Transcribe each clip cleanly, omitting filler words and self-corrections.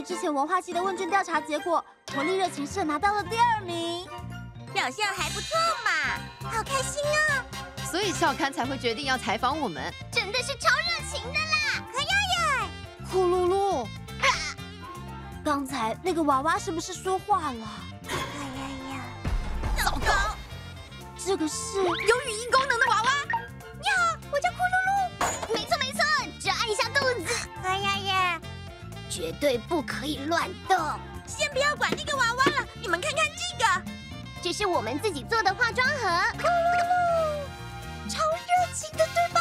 之前文化季的问卷调查结果，活力热情社拿到了第2名， 表现还不错嘛，好开心啊！ 所以校刊才会决定要采访我们。 真的是超热情的啦！可呀呀！ 呼噜噜，刚才那个娃娃是不是说话了？ 可呀呀！ 糟糕， 这个是有语音功能的娃娃。 你好，我叫咕噜噜。没错没错，只要按一下肚子。可呀呀！绝对不可以乱动。先不要管那个娃娃了，你们看看这个，这是我们自己做的化妆盒。咕噜噜，超热情的，对吧？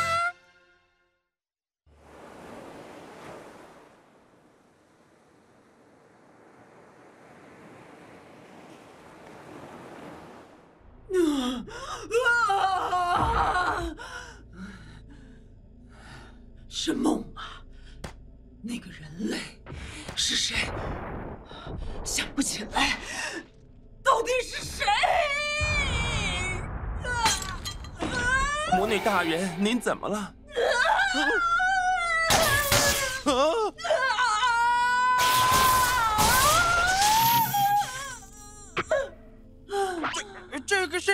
是梦啊！那个人类是谁？想不起来，到底是谁？ 魔女大人，您怎么了？这个是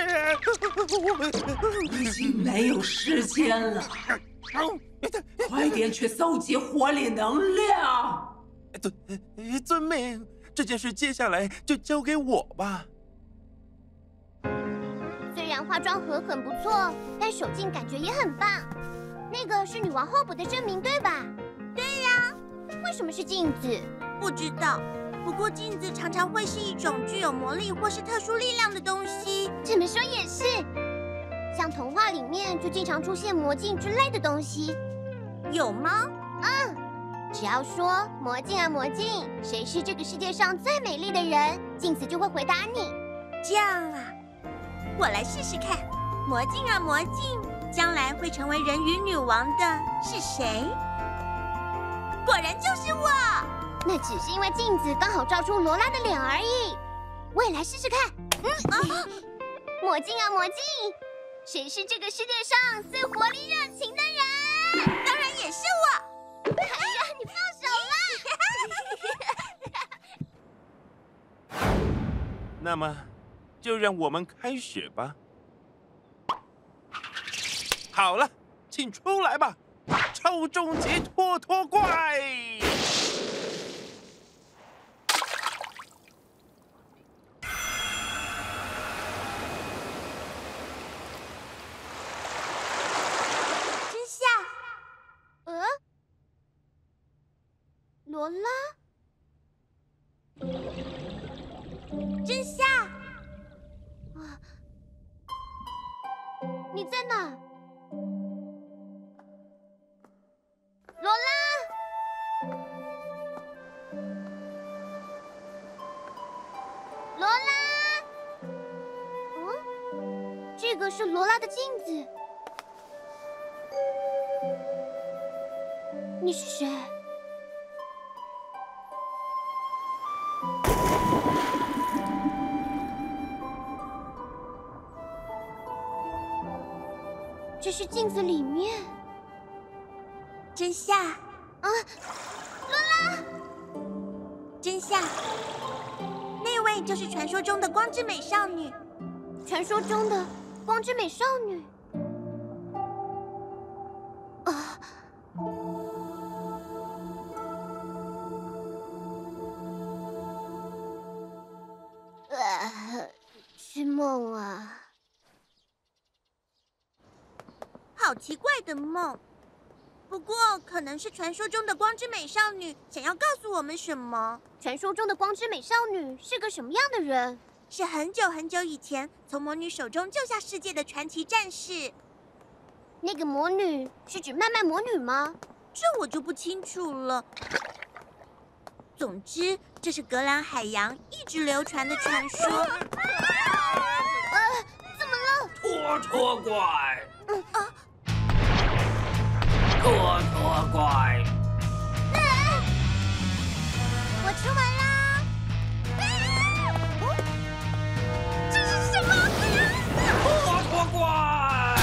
已经没有时间了，快点去搜集活力能量。 遵命。这件事接下来就交给我吧。 虽然化妆盒很不错，但手镜感觉也很棒。那个是女王候补的证明，对吧？对呀。为什么是镜子？不知道。不过镜子常常会是一种具有魔力或是特殊力量的东西。这么说也是。像童话里面就经常出现魔镜之类的东西。有吗？只要说魔镜啊魔镜，谁是这个世界上最美丽的人，镜子就会回答你。这样啊，我来试试看。魔镜啊魔镜，将来会成为人鱼女王的是谁？果然就是我。那只是因为镜子刚好照出罗拉的脸而已。我也来试试看。魔镜啊魔镜，谁是这个世界上最活力热情的人？当然也是我。哎呀，你放手啦！ 那么，就让我们开始吧。好了，请出来吧，超终极拖拖怪！ 真相。罗拉。真夏，你在哪？罗拉，罗拉，这个是罗拉的镜子。你是谁？这是镜子里面。真夏，罗拉，真夏，那位就是传说中的光之美少女。传说中的光之美少女。是梦啊。好奇怪的梦，不过可能是传说中的光之美少女想要告诉我们什么。传说中的光之美少女是个什么样的人？是很久很久以前从魔女手中救下世界的传奇战士。那个魔女是指漫漫魔女吗？这我就不清楚了。总之，这是格兰海洋一直流传的传说。怎么了？ 拖拖怪。拖拖怪， 我出门啦！这是什么？ 拖拖怪！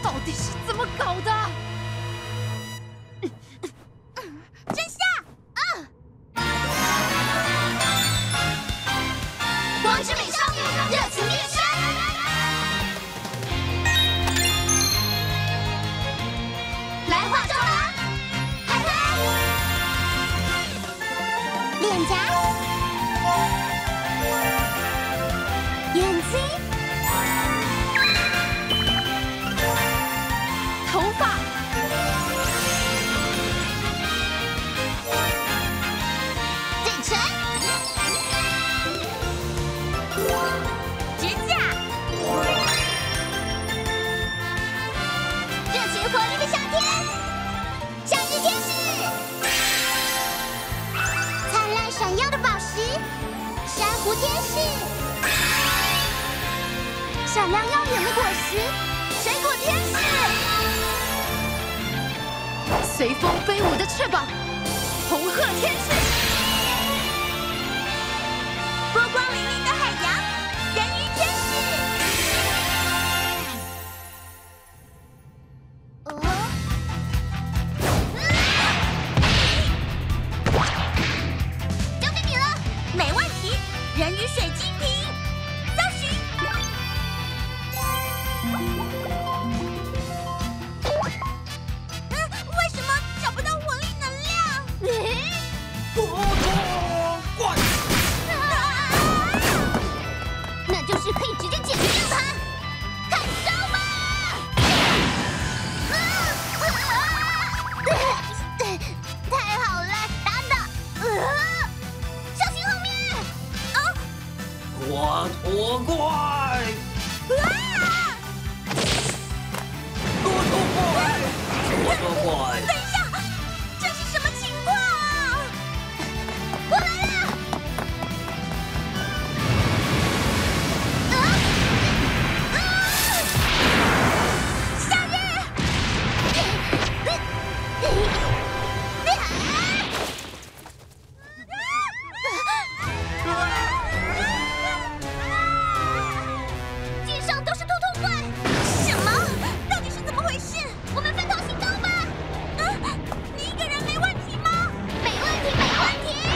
到底是怎么搞的？ 真相光之美少女热情变身，来化妆啦！嗨嗨，脸颊、眼睛、 头发、 嘴唇、指甲，热情活力的夏天，夏日天使，灿烂闪耀的宝石，珊瑚天使，闪亮耀眼的果实，水果天使， 随风飞舞的翅膀，红鹤天使。 波光粼粼的海洋，人鱼天使。交给你了，没问题。人鱼水晶瓶，搜寻。为什么找不到活力能量？ 脱脱怪！ 那就是可以直接解决掉它。看招吧！太好了，打倒！小心后面！ 脱脱怪！脱脱怪！脱脱怪！ 等一下，这是什么情况啊？我来了！夏日！街上都是兔兔怪，什么？到底是怎么回事？我们分头行动吧！你一个人没问题吗？没问题，没问题。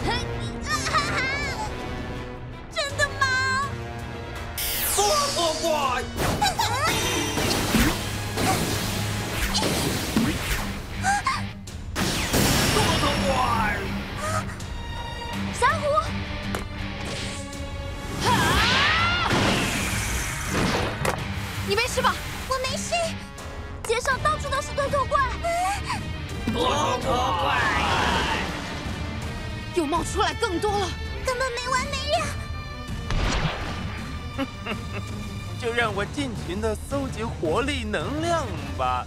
真的吗？ 脱脱怪！脱脱怪！ 珊瑚， 你没事吧？ 我没事。 街上到处都是兔兔怪。 脱脱怪！ 又冒出来更多了。 根本没完没了。 就让我尽情的搜集活力能量吧。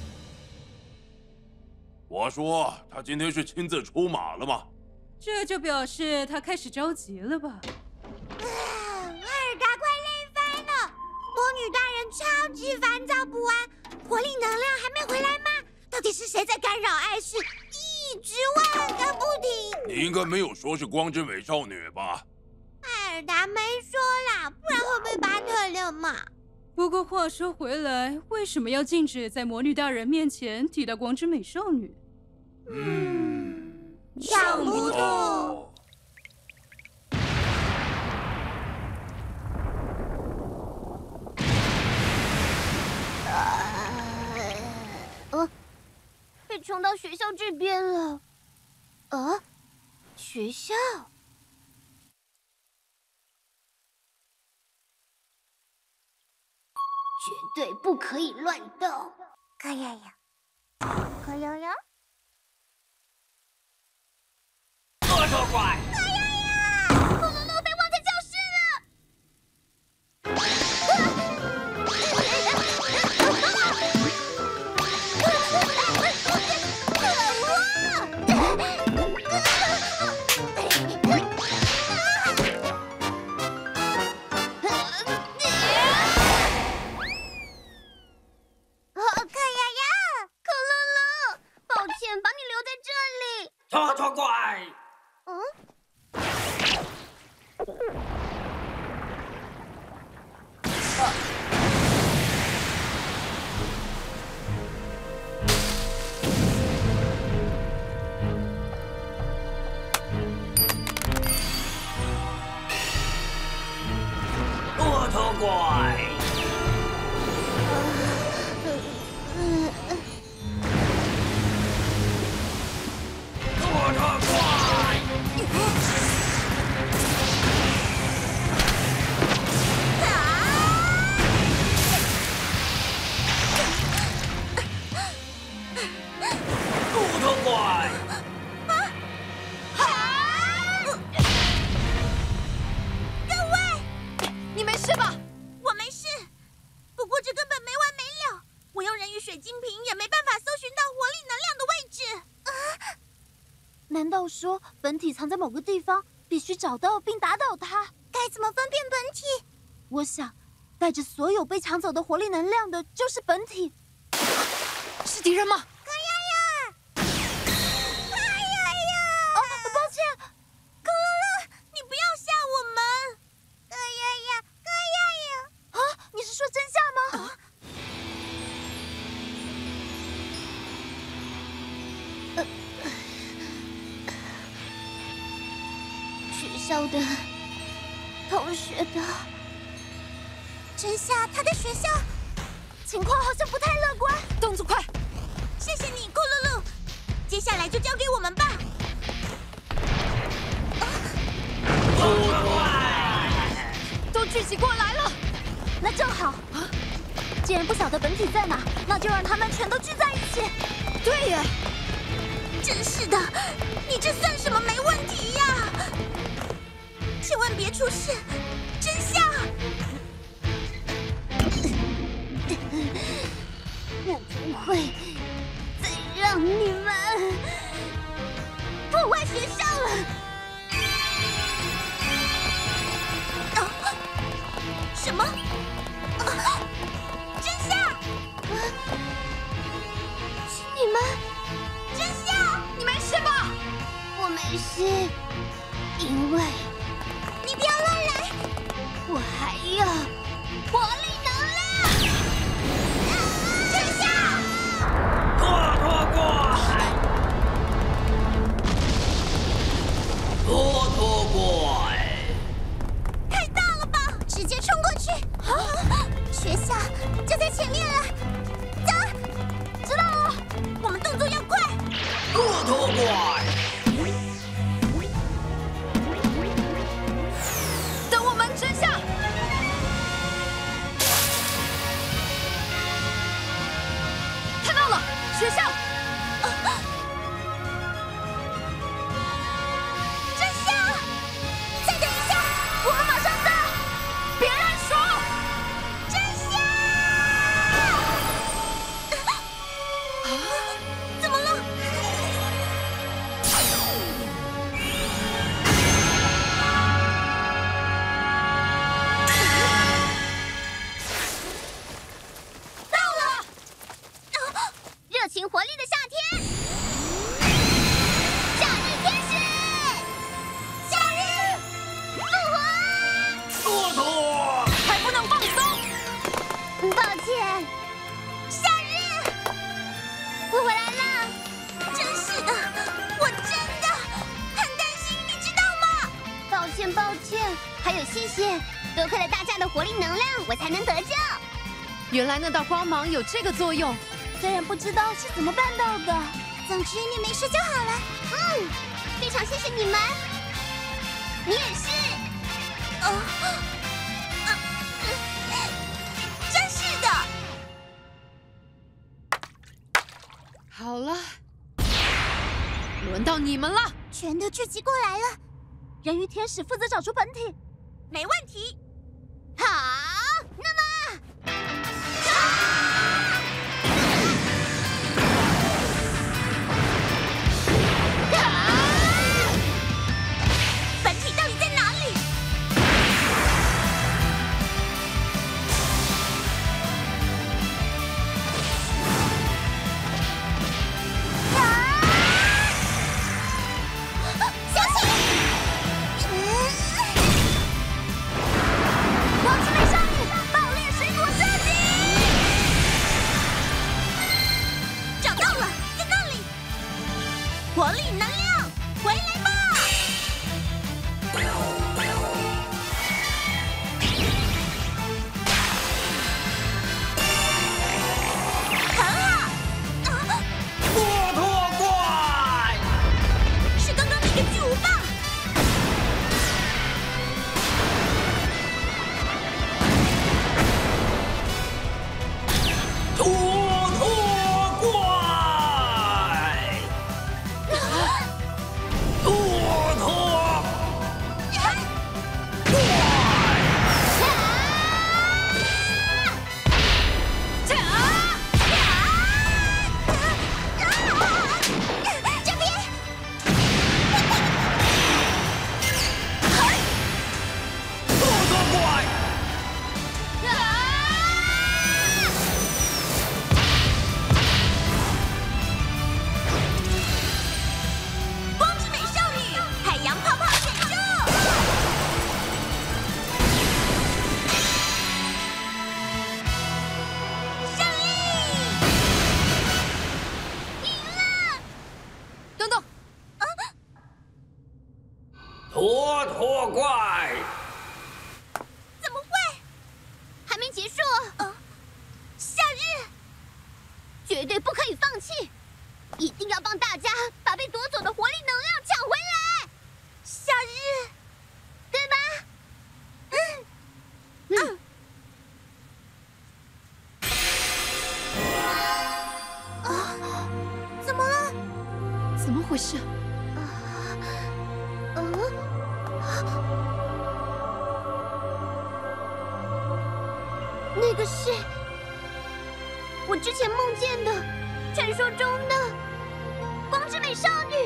我说，他今天是亲自出马了吗？ 这就表示他开始着急了吧？ 艾尔达快累翻了，魔女大人超级烦躁不安，活力能量还没回来吗？到底是谁在干扰艾氏？一直问个不停。 你应该没有说是光之美少女吧？ 艾尔达没说啦，不然会被拔腿了嘛。 不过话说回来，为什么要禁止在魔女大人面前提到光之美少女？ 想不通。被冲到学校这边了。学校？绝对不可以乱动！可呀呀，可呀呀。 脱脱怪！ 库鲁鲁被忘在教室了。可呀呀，库鲁鲁，抱歉，把你留在这里。 脱脱怪！ 水晶瓶也没办法搜寻到活力能量的位置。 难道说本体藏在某个地方，必须找到并打倒它？ 该怎么分辨本体？ 我想，带着所有被抢走的活力能量的就是本体。 是敌人吗？ 抱歉， 咕噜噜，你不要吓我们！ 啊，你是说真相吗？ 学校的同学的真夏，他的学校情况好像不太乐观。 动作快！ 谢谢你，咕噜噜。接下来就交给我们吧。 都聚集过来了。 那正好。既然不晓得本体在哪，那就让他们全都聚在一起。 对耶， 真是的，你这算什么没问题呀？千万别出事，真相！我不会再让你们破坏学校了。什么？真相！是你们！真相！ 你没事吧？ 我没事，因为你不要乱来，我还有活力能量。真相！ 拖过！ 太大了吧！直接冲过去！学校就在前面了，走！知道了，我们动作要快。 拖过！ 等我们真相！看到了，学校！ 真相！再等一下，我们马上到！ 别认输！ 真相！怎么了？到了！热情活力的夏天，夏日天使，夏日复活！ 还不能放松！ 抱歉，夏日，我回来了。真是的，我真的很担心，你知道吗？抱歉，抱歉，还有谢谢，多亏了大家的活力能量，我才能得救。 原来那道光芒有这个作用。 虽然不知道是怎么办到的， 总之你没事就好了。非常谢谢你们，你也是。真是的。 好了，轮到你们了。 全都聚集过来了， 人鱼天使负责找出本体。 没问题。好，那么，本体到底在哪里？小心！ 王之美少女爆裂水果射击！ 找到了，在那里！活力能量，回来吧！很好。 拖怪！ 是刚刚那个巨无霸。 拖怪！ 绝对不可以放弃，一定要帮大家把被夺走的活力能量抢回来。夏日，对吧？怎么了？ 怎么回事？ 那个是我之前梦见的传说中的光之美少女。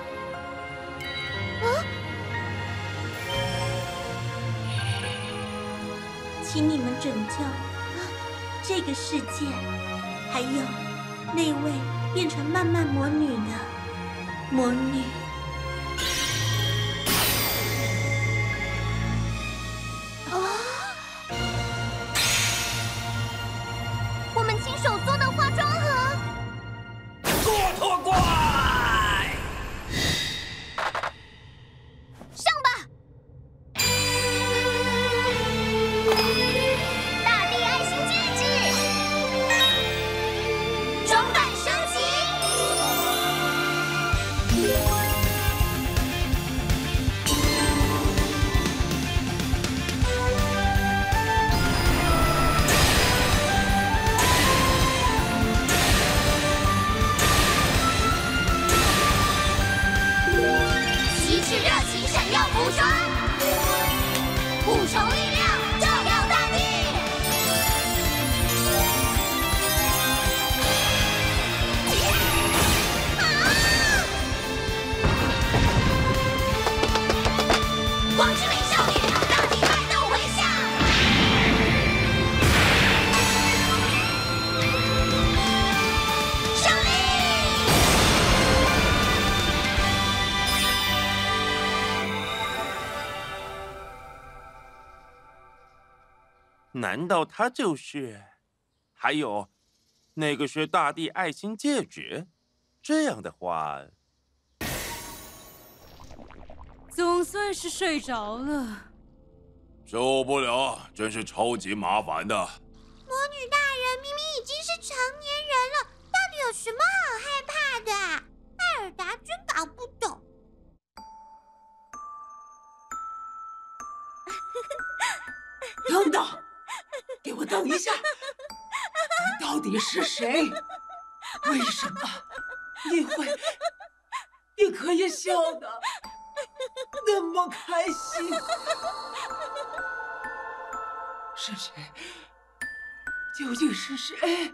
请你们拯救这个世界，还有那位变成漫漫魔女的魔女。 我们亲手做的化妆盒。 骆驼怪， 上吧！大地爱心戒指，装扮升级。极致热情闪耀服装，无穷力量照耀大地。光之美少女，大地脉动回响。胜利！ 难道他就是？还有，那个是大地爱心戒指。这样的话， 总算是睡着了。 受不了，真是超级麻烦的。 魔女大人明明已经是成年人了，到底有什么好害怕的啊？艾尔达真搞不懂。 等等，给我等一下！你到底是谁？为什么你可以笑得那么开心？是谁？究竟是谁？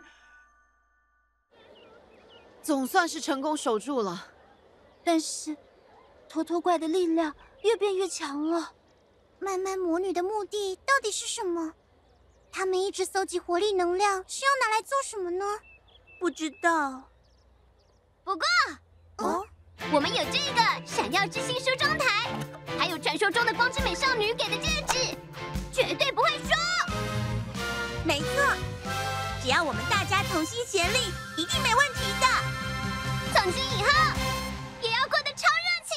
总算是成功守住了。 但是，托托怪的力量越变越强了。 漫漫魔女的目的到底是什么？他们一直搜集活力能量，是要拿来做什么呢？ 不知道。 不过，我们有这个闪耀之星梳妆台，还有传说中的光之美少女给的戒指，绝对不会输。 没错，只要我们大家同心协力，一定没问题的。 从今以后，也要过得超热情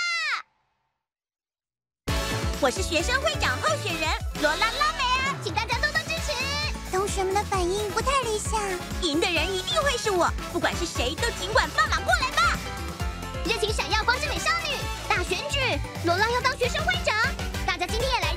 的啦！ 我是学生会长候选人罗拉拉美儿， 请大家多多支持。同学们的反应不太理想， 赢的人一定会是我，不管是谁都尽管放马过来吧！ 热情闪耀光之美少女大选举，罗拉要当学生会长，大家今天也来